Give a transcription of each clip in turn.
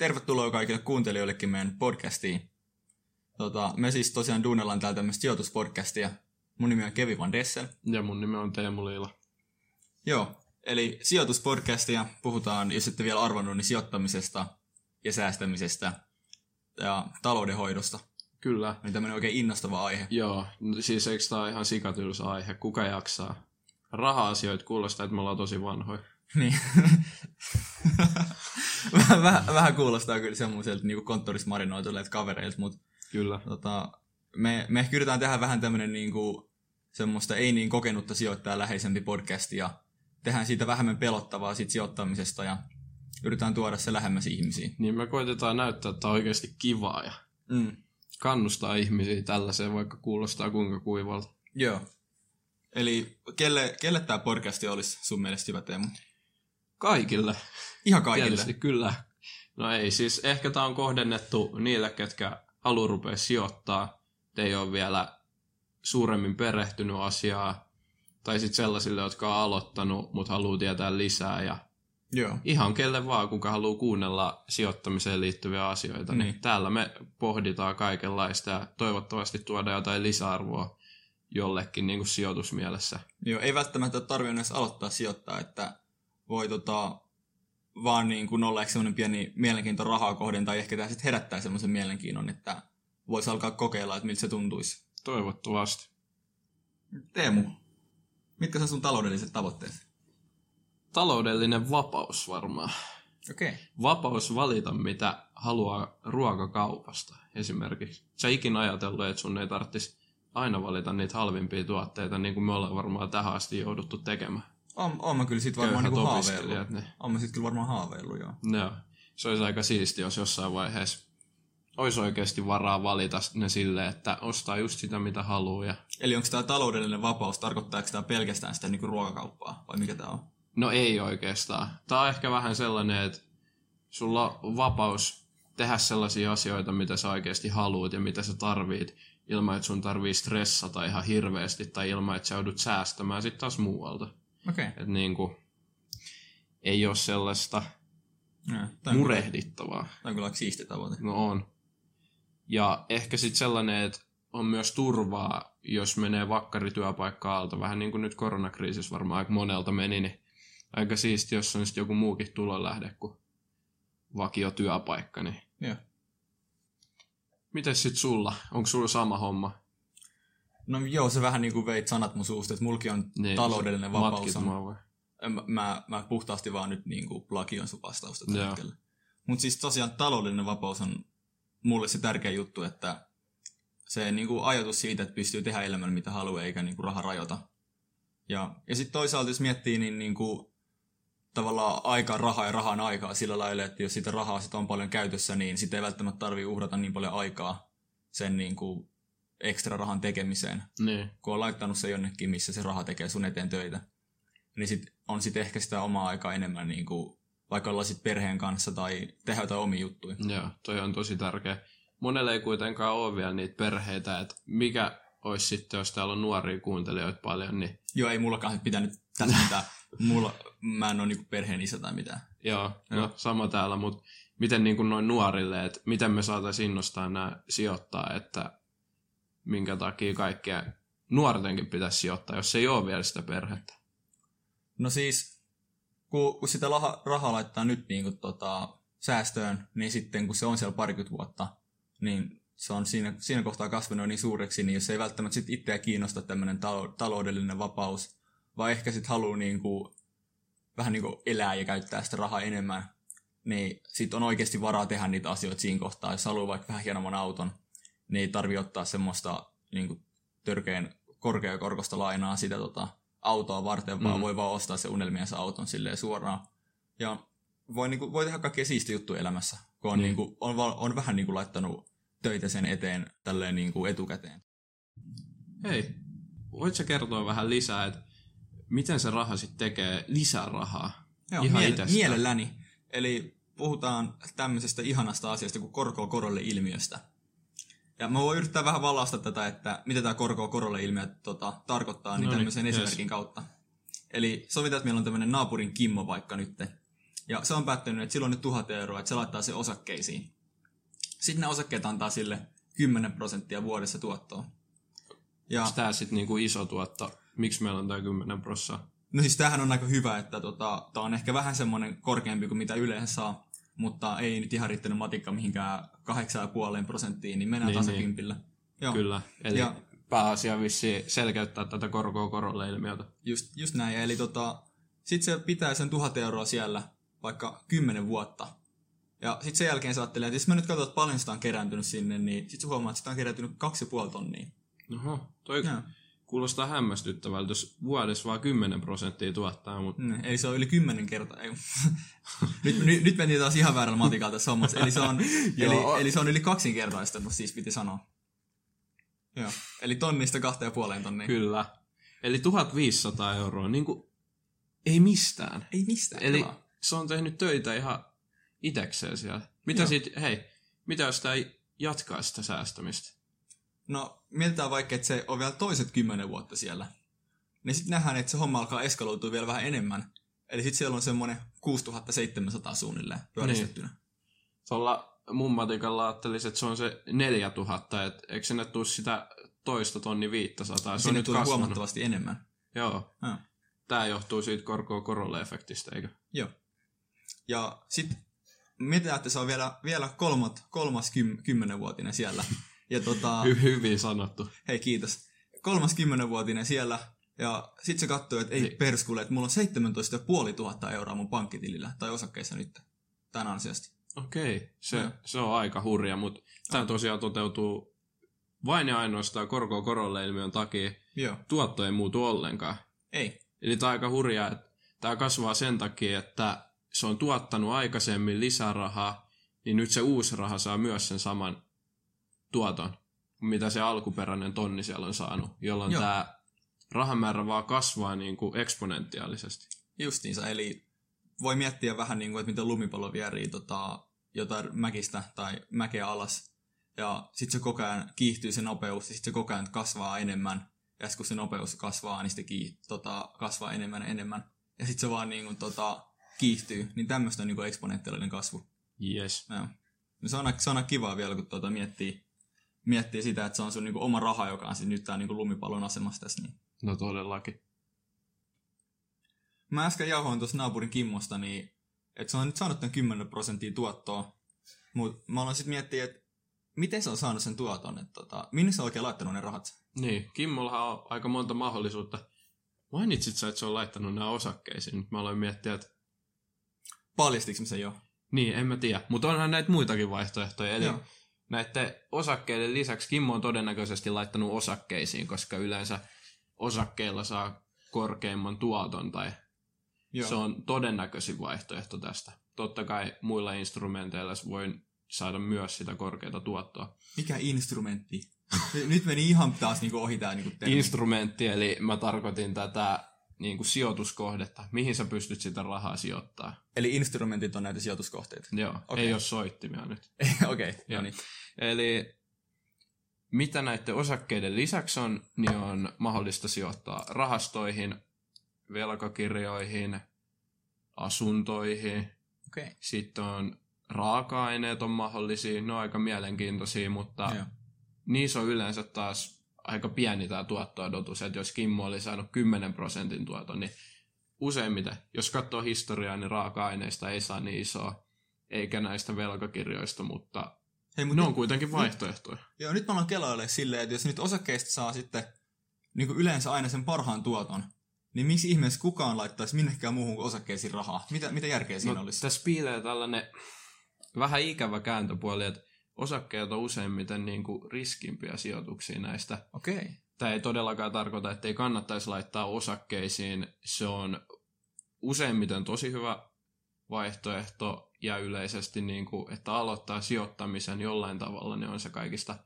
Tervetuloa kaikille kuuntelijoillekin meidän podcastiin. Me siis tosiaan duunellaan täällä tämmöistä sijoituspodcastia. Mun nimi on Kevin Van Dessel. Ja mun nimi on Teemu Liila. Joo, eli sijoituspodcastia puhutaan, jos ette vielä arvannut, niin sijoittamisesta ja säästämisestä ja taloudenhoidosta. Kyllä. Niin tämmöinen oikein innostava aihe. Joo, siis eikö tää ole ihan sikatylsä aihe? Kuka jaksaa? Raha-asioita kuulostaa, että me ollaan tosi vanhoja. Niin. vähän kuulostaa kyllä semmoiselta niin konttorissa marinoituneilta kavereilta, mutta kyllä. Me ehkä yritetään tehdä vähän tämmöinen niin semmoista ei niin kokenutta sijoittaa läheisempi podcast ja tehdään siitä vähemmän pelottavaa siitä sijoittamisesta ja yritetään tuoda se lähemmäs ihmisiin. Niin me koitetaan näyttää, että on oikeasti kivaa ja kannustaa ihmisiä tällaiseen, vaikka kuulostaa kuinka kuivalta. Joo. Eli kelle tämä podcasti olisi sun mielestä hyvä, Teemu? Kaikille. Ihan kaikille? Tietysti, kyllä. No ei, siis ehkä tämä on kohdennettu niille, ketkä haluaa rupea sijoittaa, ei ole vielä suuremmin perehtynyt asiaa, tai sitten sellaisille, jotka on aloittanut, mutta haluaa tietää lisää, ja joo. Ihan kelle vaan, kuka haluaa kuunnella sijoittamiseen liittyviä asioita, niin täällä me pohditaan kaikenlaista, ja toivottavasti tuodaan jotain lisäarvoa jollekin niin kuin sijoitusmielessä. Joo, ei välttämättä tarvitse edes aloittaa sijoittaa, että voi vaan niin kuin olla semmoinen pieni mielenkiinto rahaa kohden, tai ehkä tämä sitten herättää semmoisen mielenkiinnon, että voisi alkaa kokeilla, että miltä se tuntuisi. Toivottavasti. Teemu, mitkä on sun taloudelliset tavoitteet? Taloudellinen vapaus varmaan. Okei. Vapaus valita, mitä haluaa ruokakaupasta esimerkiksi. Sä ikinä ajatellut, että sun ei tarvitsisi aina valita niitä halvimpia tuotteita, niin kuin me ollaan varmaan tähän asti jouduttu tekemään. Oon mä kyllä sit varmaan niinku haaveillut. Niin. Oon mä sit kyllä varmaan haaveillut, joo. Joo. Se olisi aika siisti, jos jossain vaiheessa olisi oikeasti varaa valita ne silleen, että ostaa just sitä, mitä haluaa. Eli onko tämä taloudellinen vapaus, tarkoittaako tämä pelkästään sitä niinku ruokakauppaa, vai mikä tämä on? No ei oikeastaan. Tämä on ehkä vähän sellainen, että sulla on vapaus tehdä sellaisia asioita, mitä sä oikeasti haluat ja mitä sä tarvit, ilman että sun tarvii stressata ihan hirveästi tai ilman, että sä joudut säästämään sitten taas muualta. Okei. Että niinku, ei ole sellaista murehdittavaa. Tämä on kyllä aika siisti tavoite. No on. Ja ehkä sitten sellainen, että on myös turvaa, jos menee vakkarityöpaikka alta, vähän niin kuin nyt koronakriisissä varmaan aika monelta meni, niin aika siisti, jos on sitten joku muukin tulonlähde kuin vakiotyöpaikka. Niin. Joo. Mites sitten sulla? Onko sulla sama homma? No joo, se vähän niin kuin veit sanat mun suusta, että mulki on niin, taloudellinen vapaus. Mä puhtaasti vaan nyt niin kuin plagion sun vastausta tällä hetkellä. Mutta siis tosiaan taloudellinen vapaus on mulle se tärkeä juttu, että se niin kuin ajatus siitä, että pystyy tehdä elämän mitä haluaa eikä niin kuin raha rajoita. Ja sitten toisaalta jos miettii, niin kuin tavallaan aika rahaa ja rahan aikaa sillä lailla, että jos sitä rahaa sit on paljon käytössä, niin sitten ei välttämättä tarvitse uhrata niin paljon aikaa sen niin kuin ekstra rahan tekemiseen. Niin. Kun on laittanut se jonnekin, missä se raha tekee sun eteen töitä. Niin on sitten ehkä sitä omaa aikaa enemmän, niin kuin, vaikka olla sit perheen kanssa tai tehdä jotain omia juttuja. Joo, toi on tosi tärkeä. Monelle ei kuitenkaan ole vielä niitä perheitä, että mikä olisi sitten, jos täällä on nuoria kuuntelijoita paljon, niin joo, ei mullakaan pitänyt tässä mitään. Mä en ole niinku perheen isä tai mitään. Joo, no sama täällä, mutta miten niinku noin nuorille, että miten me saataisiin innostaa nämä sijoittaa, että minkä takia kaikkea nuortenkin pitäisi sijoittaa, jos ei ole vielä sitä perhettä? No siis, kun sitä rahaa laittaa nyt niinku säästöön, niin sitten kun se on siellä parikymmentä vuotta, niin se on siinä kohtaa kasvanut niin suureksi, niin jos ei välttämättä sit itseä kiinnosta tämmöinen taloudellinen vapaus, vaan ehkä sitten haluaa niinku, vähän niinku elää ja käyttää sitä rahaa enemmän, niin sitten on oikeasti varaa tehdä niitä asioita siinä kohtaa. Jos haluaa vaikka vähän hienomman auton, niin ei tarvitse ottaa semmoista niinku törkeän korkeakorkoista lainaa sitä autoa varten, vaan voi vaan ostaa se unelmiensa auton silleen suoraan. Ja voi tehdä kaikkea siistiä juttuja elämässä, kun on vähän niinku laittanut töitä sen eteen tälleen niinku etukäteen. Hei, voitko kertoa vähän lisää, että miten se raha sitten tekee lisää rahaa? Joo, mielelläni. Eli puhutaan tämmöisestä ihanasta asiasta kuin korko korolle ilmiöstä. Ja mä voin yrittää vähän valaista tätä, että mitä tämä korko korolle ilmiö tarkoittaa, niin tämmöisen esimerkin kautta. Eli sovitaan, että meillä on tämmöinen naapurin Kimmo vaikka nyt. Ja se on päättänyt, että silloin nyt 1000 euroa, että se laittaa se osakkeisiin. Sitten ne osakkeet antaa sille 10% vuodessa tuottoa. Ja onko tämä sitten niinku iso tuotto? Miksi meillä on tämä 10%? no siis tämähän on aika hyvä, että tämä on ehkä vähän semmoinen korkeampi kuin mitä yleensä saa, mutta ei nyt ihan riittänyt matikka mihinkään 8,5%, niin mennään tasakympillä. Joo. Kyllä, eli pääasia vissiin selkeyttää tätä korkoa korolle ilmiötä. Just näin, eli sitten se pitää sen 1000 euroa siellä vaikka 10 vuotta. Ja sitten sen jälkeen sä ajattelee, että jos mä nyt katson, että paljon sitä on kerääntynyt sinne, niin sitten sä huomaat, että sitä on kerääntynyt 2,5 tonnia. Oho, toi kuulostaa hämmästyttävältä, jos vuodessa vaan 10% tuottaa. Mutta eli se on yli 10 kertaa. nyt mentiin taas ihan väärällä matikalla tässä hommassa. Eli se on yli 2-kertaistunut, siis piti sanoa. Joo. Eli tonnista 2,5 tonnia. Kyllä. Eli 1500 euroa, niin kuin ei mistään. Ei mistään. Eli se on tehnyt töitä ihan itekseen siellä. Mitä jos tämä jatkaa sitä säästämistä? No, mietitään vaikka, että se on vielä toiset 10 vuotta siellä. Niin sitten nähdään, että se homma alkaa eskaloitua vielä vähän enemmän. Eli sitten siellä on semmoinen 6700 suunnilleen pyöristettynä. Niin. Tuolla mun matikalla ajattelisi, että se on se 4000, että eikö sinne tule sitä toista tonni 500? Se on nyt tulee huomattavasti enemmän. Joo. Tämä johtuu siitä korkoa korolle efektistä, eikö? Joo. Ja sitten mietitään, että se on vielä kolmas 10-vuotinen siellä. Ja Hyvin sanottu. Hei, kiitos. 30-vuotinen siellä. Ja sit se katsoo, että ei perskule, että mulla on 17 500 euroa mun pankkitilillä tai osakkeissa nyt tämän ansiosta. Okei, se on aika hurja, mutta tämä tosiaan toteutuu vain ja ainoastaan korkoa korolle ilmiön takia. Joo. Tuotto ei muutu ollenkaan. Ei. Eli tämä on aika hurjaa, että tämä kasvaa sen takia, että se on tuottanut aikaisemmin lisärahaa, niin nyt se uusi raha saa myös sen saman tuoton, mitä se alkuperäinen tonni siellä on saanut, jolloin tämä rahamäärä vaan kasvaa niin kuin eksponentiaalisesti. Justiinsa, eli voi miettiä vähän niin kuin, että miten lumipallo vierii jotain mäkistä tai mäkeä alas, ja sitten se koko ajan kiihtyy se nopeus, ja sitten se koko ajan kasvaa enemmän, ja kun se nopeus kasvaa, niin sitten kasvaa enemmän, ja sitten se vaan niin kuin, kiihtyy, niin tämmöistä on niin kuin eksponentiaalinen kasvu. Yes. No, se on kivaa vielä, kun miettii sitä, että se on sun niin kuin oma raha, joka on siis nyt tää niin kuin lumipallon asemassa tässä. Niin. No todellakin. Mä äsken jauhoin tuossa naapurin Kimmosta, niin että se on nyt saanut tämän 10% tuottoa, mutta mä aloin sitten miettiä, että miten se on saanut sen tuoton, että minne se on oikein laittanut ne rahat? Niin, Kimmollahan on aika monta mahdollisuutta. Mainitsit sä, että se on laittanut nämä osakkeisiin. Nyt mä aloin miettiä, että paljastiko se jo? Niin, en mä tiedä. Mutta onhan näitä muitakin vaihtoehtoja. Eli näiden osakkeiden lisäksi Kimmo on todennäköisesti laittanut osakkeisiin, koska yleensä osakkeilla saa korkeimman tuoton tai se on todennäköisin vaihtoehto tästä. Totta kai muilla instrumenteilla voi saada myös sitä korkeata tuottoa. Mikä instrumentti? Nyt meni ihan taas niinku ohi tää niinku termi. Instrumentti, eli mä tarkoitin tätä niinku sijoituskohdetta. Mihin sä pystyt sitä rahaa sijoittaa? Eli instrumentit on näitä sijoituskohteita? Joo, ei ole soittimia nyt. Okei, no niin. Eli mitä näiden osakkeiden lisäksi on, niin on mahdollista sijoittaa rahastoihin, velkakirjoihin, asuntoihin. Okay. Sitten on raaka-aineet on mahdollisia, ne on aika mielenkiintoisia, mutta niissä on yleensä taas aika pieni tämä tuotto-odotus, että jos Kimmo oli saanut 10% tuoton, niin useimmiten, jos katsoo historiaa, niin raaka-aineista ei saa niin isoa, eikä näistä velkakirjoista, mutta ne on kuitenkin vaihtoehtoja. Joo, nyt mä aloin kelailemaan silleen, että jos nyt osakkeista saa sitten niin kuin yleensä aina sen parhaan tuoton, niin miksi ihmeessä kukaan laittaisi minnekään muuhun kuin osakkeisiin rahaa? Mitä järkeä siinä olisi? Tässä piilee tällainen vähän ikävä kääntöpuoli, että osakkeet on useimmiten niin kuin riskimpiä sijoituksia näistä. Okei. Tämä ei todellakaan tarkoita, että ei kannattaisi laittaa osakkeisiin. Se on useimmiten tosi hyvä vaihtoehto ja yleisesti, niin kuin, että aloittaa sijoittamisen jollain tavalla, niin on se kaikista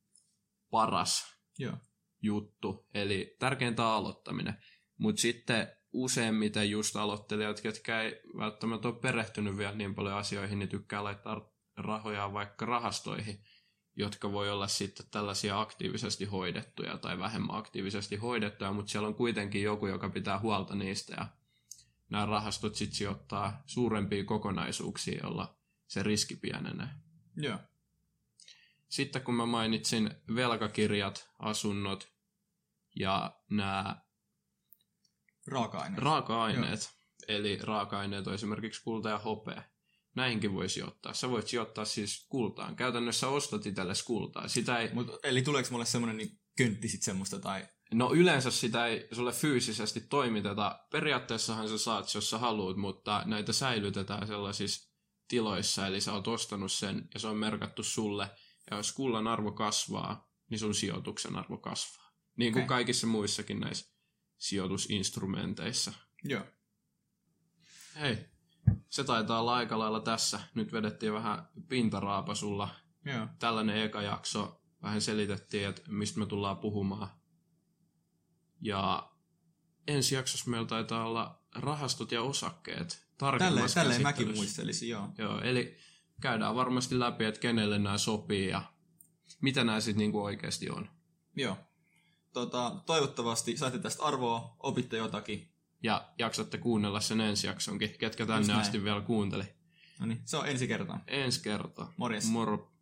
paras juttu. Eli tärkeintä on aloittaminen. Mutta sitten useimmiten just aloittelijat, ketkä ei välttämättä ole perehtynyt vielä niin paljon asioihin, niin tykkää laittaa rahoja vaikka rahastoihin, jotka voi olla sitten tällaisia aktiivisesti hoidettuja tai vähemmän aktiivisesti hoidettuja, mutta siellä on kuitenkin joku, joka pitää huolta niistä ja nämä rahastot sitten sijoittaa suurempiin kokonaisuuksiin, jolla se riski pienenee. Joo. Sitten kun mä mainitsin velkakirjat, asunnot ja nämä raaka-aineet, eli raaka-aineet on esimerkiksi kulta ja hopea. Näihinkin voi sijoittaa. Sä voit sijoittaa siis kultaan. Käytännössä ostat itsellesi kultaa. Sitä ei... Eli tuleeko mulle semmoinen niin köntti sit semmoista tai... No yleensä sitä ei sulle fyysisesti toimiteta. Periaatteessahan sä saat, jos sä haluat, mutta näitä säilytetään sellaisissa tiloissa. Eli sä oot ostanut sen ja se on merkattu sulle. Ja jos kullan arvo kasvaa, niin sun sijoituksen arvo kasvaa. Niin kuin kaikissa muissakin näissä sijoitusinstrumenteissa. Joo. Hei, se taitaa olla aika lailla tässä. Nyt vedettiin vähän pintaraapasulla. Joo. Tällainen eka jakso. Vähän selitettiin, että mistä me tullaan puhumaan. Ja ensi jaksossa meillä taitaa olla rahastot ja osakkeet. Tälleen mäkin muistelisin, joo. Joo, eli käydään varmasti läpi, että kenelle nämä sopii ja mitä nämä sitten niinku oikeasti on. Joo. Toivottavasti saitte tästä arvoa, opitte jotakin. Ja jaksatte kuunnella sen ensi jaksonkin, ketkä tänne asti vielä kuunteli. No niin, se on ensi kertaa. Ensi kertaa. Morjes. Moro.